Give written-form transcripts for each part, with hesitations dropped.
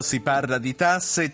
Si parla di tasse.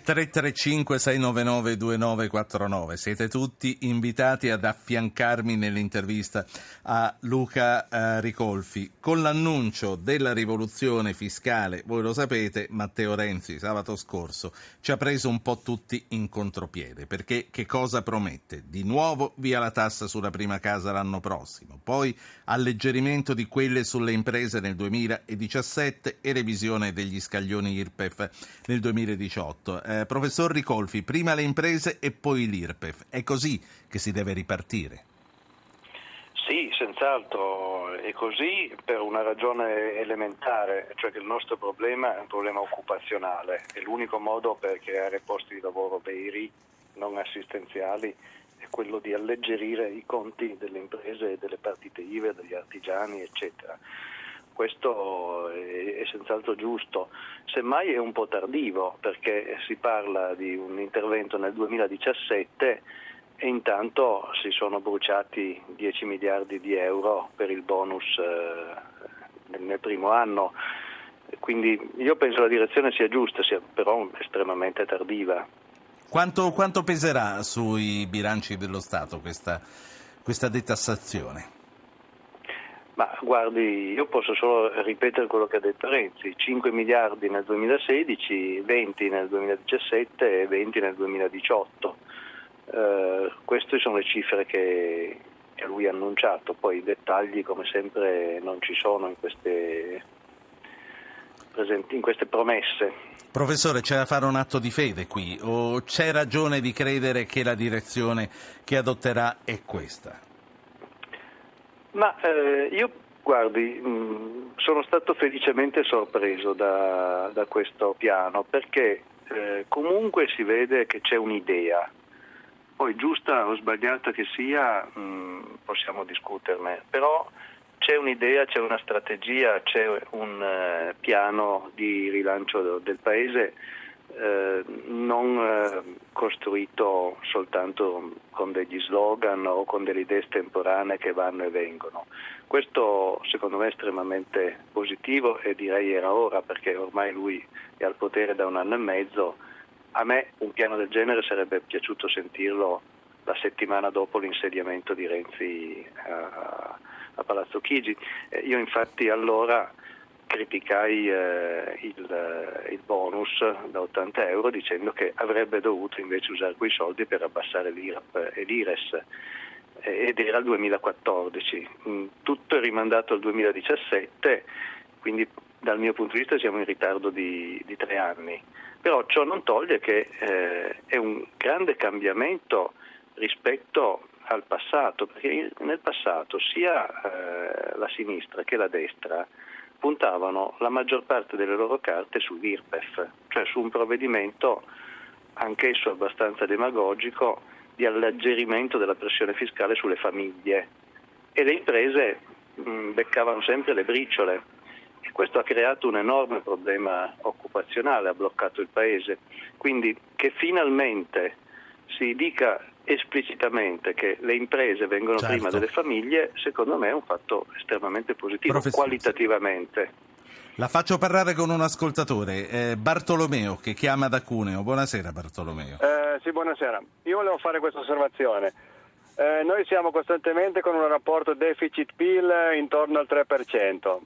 335-699-2949. Siete tutti invitati ad affiancarmi nell'intervista a Luca Ricolfi. Con l'annuncio della rivoluzione fiscale, voi lo sapete, Matteo Renzi sabato scorso ci ha preso un po' tutti in contropiede, perché che cosa promette? Di nuovo via la tassa sulla prima casa l'anno prossimo, poi alleggerimento di quelle sulle imprese nel 2017 e revisione degli scaglioni IRPEF nel 2018. Professor Ricolfi, prima le imprese e poi l'IRPEF. È così che si deve ripartire? Sì, senz'altro è così per una ragione elementare, cioè che il nostro problema è un problema occupazionale. È l'unico modo per creare posti di lavoro veri, non assistenziali, è quello di alleggerire i conti delle imprese e delle partite IVA, degli artigiani, eccetera. Questo è senz'altro giusto, semmai è un po' tardivo perché si parla di un intervento nel 2017 e intanto si sono bruciati 10 miliardi di euro per il bonus nel primo anno, quindi io penso la direzione sia giusta, sia però estremamente tardiva. Quanto peserà sui bilanci dello Stato questa detassazione? Ma guardi, io posso solo ripetere quello che ha detto Renzi: 5 miliardi nel 2016, 20 nel 2017 e 20 nel 2018. Queste sono le cifre che lui ha annunciato, poi i dettagli come sempre non ci sono in queste promesse. Professore, c'è da fare un atto di fede qui, o c'è ragione di credere che la direzione che adotterà è questa? Ma io, guardi, sono stato felicemente sorpreso da questo piano, perché comunque si vede che c'è un'idea. Poi giusta o sbagliata che sia, possiamo discuterne, però c'è un'idea, c'è una strategia, c'è un piano di rilancio del Paese, non costruito soltanto con degli slogan o con delle idee estemporanee che vanno e vengono. Questo secondo me è estremamente positivo e direi era ora, perché ormai lui è al potere da un anno e mezzo. A me un piano del genere sarebbe piaciuto sentirlo la settimana dopo l'insediamento di Renzi a Palazzo Chigi. Io infatti allora criticai il bonus da 80 euro dicendo che avrebbe dovuto invece usare quei soldi per abbassare l'IRAP e l'IRES, ed era il 2014. Tutto è rimandato al 2017, quindi dal mio punto di vista siamo in ritardo di 3 anni. Però ciò non toglie che è un grande cambiamento rispetto al passato, perché nel passato sia la sinistra che la destra puntavano la maggior parte delle loro carte sull'IRPEF, cioè su un provvedimento anch'esso abbastanza demagogico di alleggerimento della pressione fiscale sulle famiglie, e le imprese beccavano sempre le briciole. E questo ha creato un enorme problema occupazionale, ha bloccato il Paese. Quindi che finalmente si dica esplicitamente che le imprese vengono prima delle famiglie, secondo me è un fatto estremamente positivo, qualitativamente. La faccio parlare con un ascoltatore, Bartolomeo, che chiama da Cuneo. Buonasera Bartolomeo. Sì, buonasera. Io volevo fare questa osservazione. Noi siamo costantemente con un rapporto deficit-PIL intorno al 3%.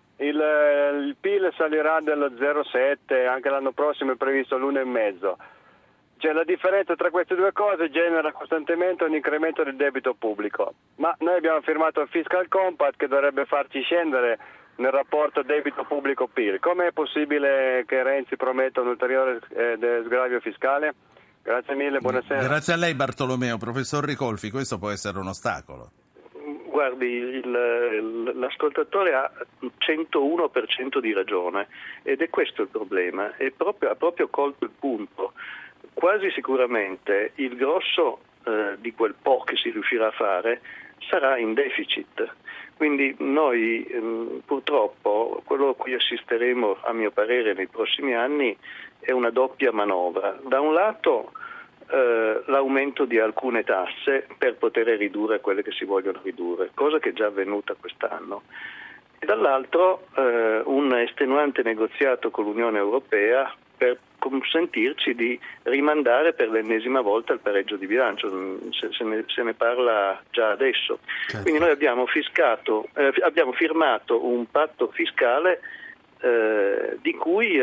Il PIL salirà dello 0,7%, anche l'anno prossimo è previsto l'1,5%. Cioè, la differenza tra queste due cose genera costantemente un incremento del debito pubblico. Ma noi abbiamo firmato il Fiscal Compact che dovrebbe farci scendere nel rapporto debito pubblico-PIL. Come è possibile che Renzi prometta un ulteriore sgravio fiscale? Grazie mille, buonasera. Grazie a lei Bartolomeo. Professor Ricolfi, questo può essere un ostacolo. Guardi, l'ascoltatore ha 101% di ragione, ed è questo il problema, ha proprio colto il punto. Quasi sicuramente il grosso di quel po' che si riuscirà a fare sarà in deficit. Quindi noi purtroppo quello a cui assisteremo, a mio parere, nei prossimi anni è una doppia manovra. Da un lato l'aumento di alcune tasse per poter ridurre quelle che si vogliono ridurre, cosa che è già avvenuta quest'anno, e dall'altro un estenuante negoziato con l'Unione Europea per consentirci di rimandare per l'ennesima volta il pareggio di bilancio. Se ne parla già adesso. Certo. Quindi noi abbiamo firmato un patto fiscale di cui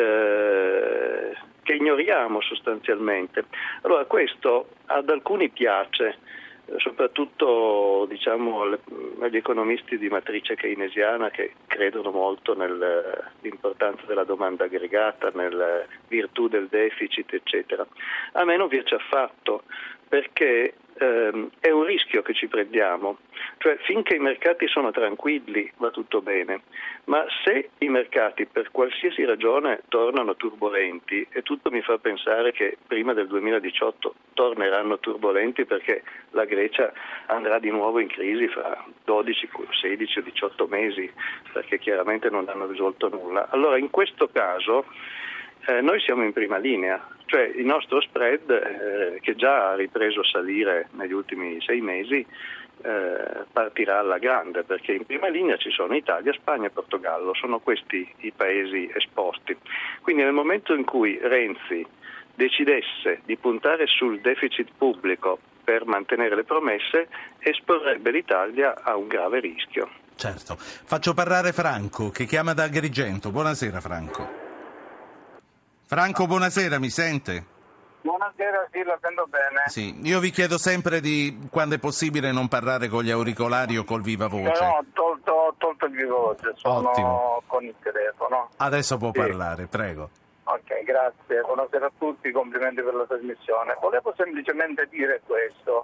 che ignoriamo sostanzialmente. Allora questo ad alcuni piace, soprattutto agli economisti di matrice keynesiana che credono molto nell'importanza della domanda aggregata, nella virtù del deficit, eccetera. A me non piace affatto, perché è un rischio che ci prendiamo, cioè finché i mercati sono tranquilli va tutto bene, ma se i mercati per qualsiasi ragione tornano turbolenti, e tutto mi fa pensare che prima del 2018 torneranno turbolenti perché la Grecia andrà di nuovo in crisi fra 12, 16 o 18 mesi, perché chiaramente non hanno risolto nulla. Allora in questo caso noi siamo in prima linea, cioè il nostro spread che già ha ripreso a salire negli ultimi 6 mesi partirà alla grande, perché in prima linea ci sono Italia, Spagna e Portogallo, sono questi i paesi esposti. Quindi nel momento in cui Renzi decidesse di puntare sul deficit pubblico per mantenere le promesse, esporrebbe l'Italia a un grave rischio. Certo. Faccio parlare Franco, che chiama da Agrigento. Buonasera Franco. Franco, buonasera, mi sente? Buonasera, sì, lo sento bene. Sì, io vi chiedo sempre di, quando è possibile, non parlare con gli auricolari o col viva voce. No, ho tolto il viva voce, sono Ottimo. con il telefono. Adesso può parlare, prego. Ok, grazie, buonasera a tutti, complimenti per la trasmissione. Volevo semplicemente dire questo,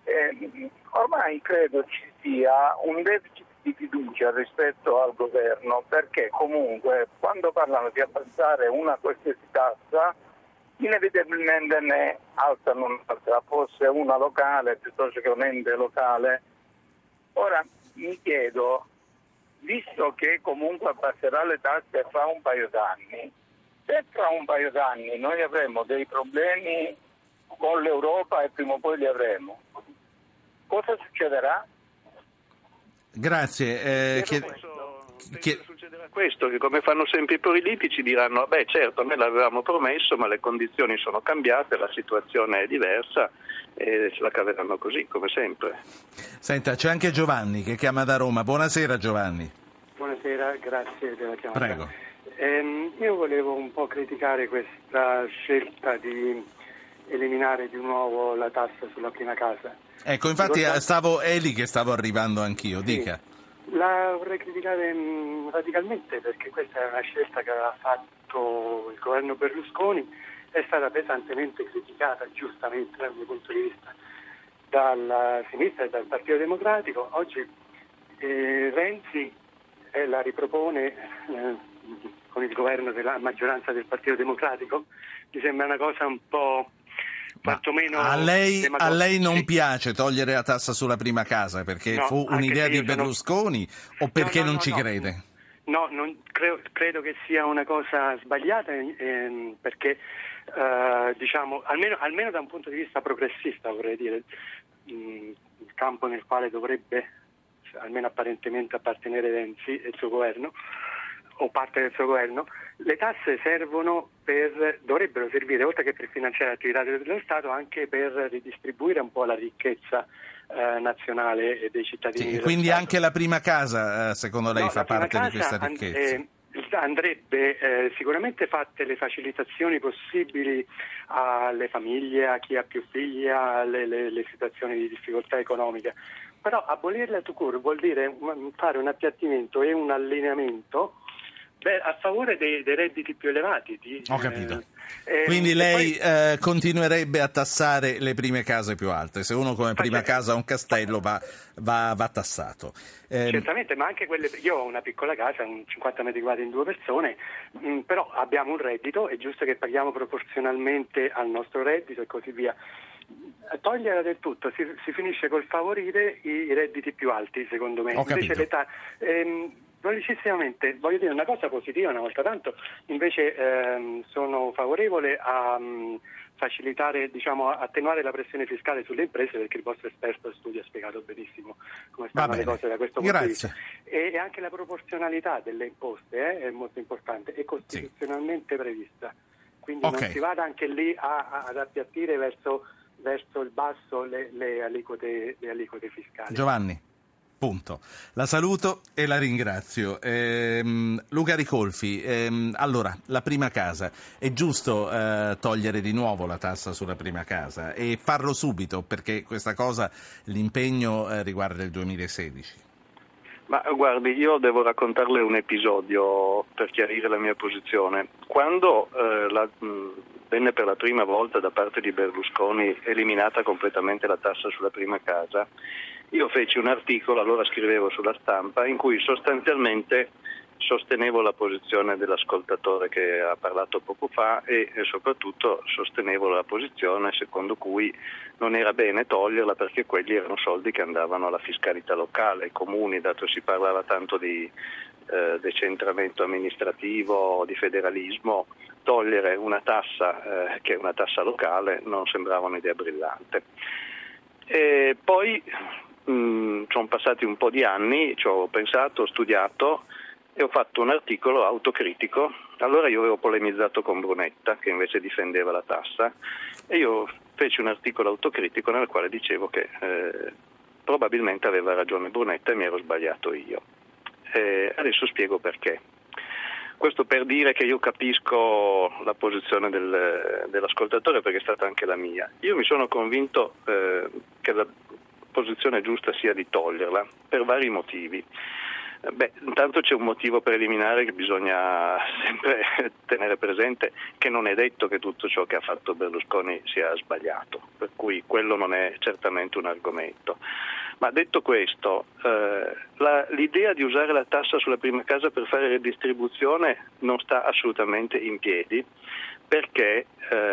ormai credo ci sia un deficit di fiducia rispetto al governo, perché comunque quando parlano di abbassare una qualsiasi tassa inevitabilmente ne alzano un'altra, fosse una locale piuttosto che un ente locale. Ora mi chiedo, visto che comunque abbasserà le tasse fra un paio d'anni, se fra un paio d'anni noi avremo dei problemi con l'Europa e prima o poi li avremo, cosa succederà? Grazie. Succederà questo, che come fanno sempre i politici diranno certo, noi l'avevamo promesso ma le condizioni sono cambiate, la situazione è diversa e se la caveranno così come sempre. Senta, c'è anche Giovanni che chiama da Roma. Buonasera Giovanni. Buonasera, grazie della chiamata. Prego. Io volevo un po' criticare questa scelta di eliminare di nuovo la tassa sulla prima casa. Ecco, infatti è lì che stavo arrivando anch'io, sì. Dica. La vorrei criticare radicalmente, perché questa è una scelta che aveva fatto il governo Berlusconi, è stata pesantemente criticata, giustamente dal mio punto di vista, dalla sinistra e dal Partito Democratico. Oggi Renzi la ripropone con il governo della maggioranza del Partito Democratico. Mi sembra una cosa un po' quantomeno a lei non sì. piace togliere la tassa sulla prima casa perché fu un'idea di Berlusconi o perché non ci crede? No, non credo che sia una cosa sbagliata, perché almeno da un punto di vista progressista, vorrei dire, il campo nel quale dovrebbe almeno apparentemente appartenere Renzi e il suo governo o parte del suo governo, le tasse dovrebbero servire, oltre che per finanziare l'attività dello Stato, anche per ridistribuire un po' la ricchezza nazionale e dei cittadini. Sì, quindi Stato. Anche la prima casa, secondo lei, fa parte di questa ricchezza? Andrebbe sicuramente fatte le facilitazioni possibili alle famiglie, a chi ha più figli, alle situazioni di difficoltà economica. Però abolirla tout court vuol dire fare un appiattimento e un allineamento a favore dei redditi più elevati. Ho capito. Quindi lei continuerebbe a tassare le prime case più alte. Se uno come prima casa ha un castello va tassato. Certamente, ma anche quelle. Io ho una piccola casa, un 50 metri quadri in 2 persone, però abbiamo un reddito, è giusto che paghiamo proporzionalmente al nostro reddito e così via. Toglierla del tutto si finisce col favorire i redditi più alti, secondo me. Invece l'età policissimamente, voglio dire una cosa positiva una volta tanto, invece sono favorevole a facilitare, attenuare la pressione fiscale sulle imprese, perché il vostro esperto studio ha spiegato benissimo come stanno le cose da questo punto di vista. E anche la proporzionalità delle imposte è molto importante, è costituzionalmente prevista. quindi non si vada anche lì ad appiattire verso il basso le aliquote fiscali. Giovanni, punto. La saluto e la ringrazio. Luca Ricolfi, allora, la prima casa, è giusto togliere di nuovo la tassa sulla prima casa e farlo subito, perché questa cosa, l'impegno riguarda il 2016? Ma guardi, io devo raccontarle un episodio per chiarire la mia posizione. Quando venne per la prima volta da parte di Berlusconi eliminata completamente la tassa sulla prima casa, io feci un articolo, allora scrivevo sulla Stampa, in cui sostanzialmente sostenevo la posizione dell'ascoltatore che ha parlato poco fa e soprattutto sostenevo la posizione secondo cui non era bene toglierla perché quelli erano soldi che andavano alla fiscalità locale, ai comuni, dato si parlava tanto di decentramento amministrativo, di federalismo. Togliere una tassa che è una tassa locale non sembrava un'idea brillante. E poi sono passati un po' di anni, ci ho pensato, ho studiato e ho fatto un articolo autocritico. Allora io avevo polemizzato con Brunetta, che invece difendeva la tassa, e io feci un articolo autocritico nel quale dicevo che probabilmente aveva ragione Brunetta e mi ero sbagliato io. Adesso spiego perché. Questo per dire che io capisco la posizione dell'ascoltatore, perché è stata anche la mia. Io mi sono convinto che la posizione giusta sia di toglierla per vari motivi. Intanto c'è un motivo preliminare che bisogna sempre tenere presente, che non è detto che tutto ciò che ha fatto Berlusconi sia sbagliato, per cui quello non è certamente un argomento. Ma detto questo, l'idea di usare la tassa sulla prima casa per fare redistribuzione non sta assolutamente in piedi, perché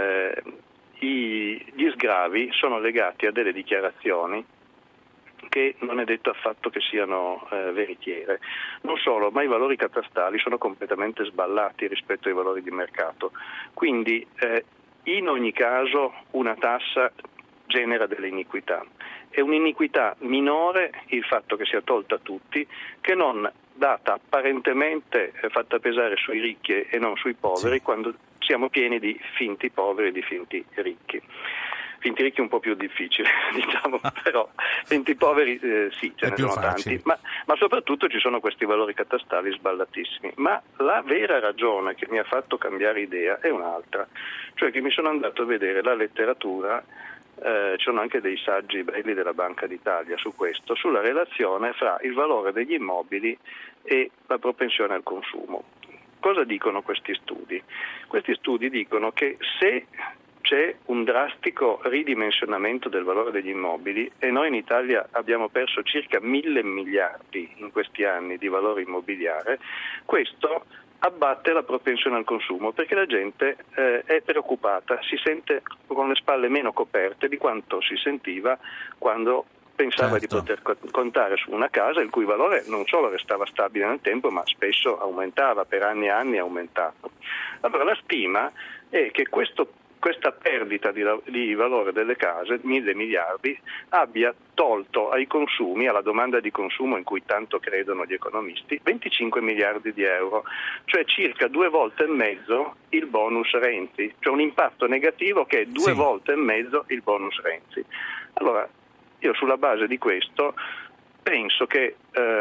gli sgravi sono legati a delle dichiarazioni che non è detto affatto che siano veritiere. Non solo, ma i valori catastali sono completamente sballati rispetto ai valori di mercato. Quindi in ogni caso una tassa genera delle iniquità. È un'iniquità minore il fatto che sia tolta a tutti che non data apparentemente fatta pesare sui ricchi e non sui poveri, quando siamo pieni di finti poveri e di finti ricchi. Finti ricchi è un po' più difficile, diciamo, però finti poveri sì, ce ne sono tanti, ma soprattutto ci sono questi valori catastali sballatissimi. Ma la vera ragione che mi ha fatto cambiare idea è un'altra, cioè che mi sono andato a vedere la letteratura, ci sono anche dei saggi belli della Banca d'Italia su questo, sulla relazione fra il valore degli immobili e la propensione al consumo. Cosa dicono questi studi? Questi studi dicono che se c'è un drastico ridimensionamento del valore degli immobili e noi in Italia abbiamo perso circa 1.000 miliardi in questi anni di valore immobiliare, questo abbatte la propensione al consumo perché la gente è preoccupata, si sente con le spalle meno coperte di quanto si sentiva quando pensava di poter contare su una casa il cui valore non solo restava stabile nel tempo ma spesso aumentava, per anni e anni è aumentato. Allora la stima è che questa perdita di valore delle case, 1.000 miliardi, abbia tolto ai consumi, alla domanda di consumo in cui tanto credono gli economisti, 25 miliardi di euro, cioè circa 2 volte e mezzo il bonus Renzi, cioè un impatto negativo che è 2 volte e mezzo il bonus Renzi. Allora, io sulla base di questo penso che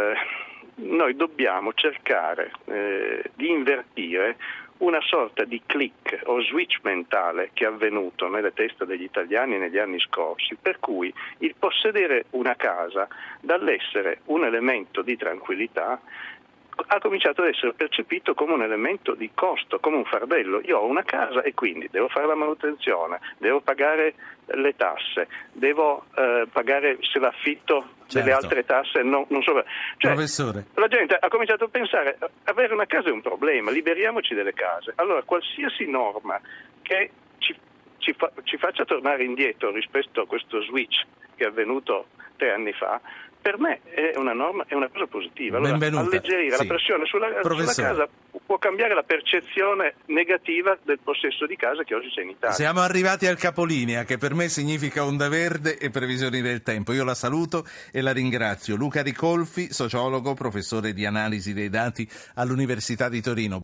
noi dobbiamo cercare di invertire una sorta di click o switch mentale che è avvenuto nelle teste degli italiani negli anni scorsi, per cui il possedere una casa, dall'essere un elemento di tranquillità, ha cominciato ad essere percepito come un elemento di costo, come un fardello. Io ho una casa e quindi devo fare la manutenzione, devo pagare le tasse, devo pagare se l'affitto delle altre tasse, non so. Cioè, professore, la gente ha cominciato a pensare avere una casa è un problema, liberiamoci delle case. Allora qualsiasi norma che ci faccia tornare indietro rispetto a questo switch che è avvenuto 3 anni fa, per me è una norma, è una cosa positiva. Allora, alleggerire la pressione sulla casa può cambiare la percezione negativa del possesso di casa che oggi c'è in Italia. Siamo arrivati al capolinea, che per me significa onda verde e previsioni del tempo. Io la saluto e la ringrazio. Luca Ricolfi, sociologo, professore di analisi dei dati all'Università di Torino.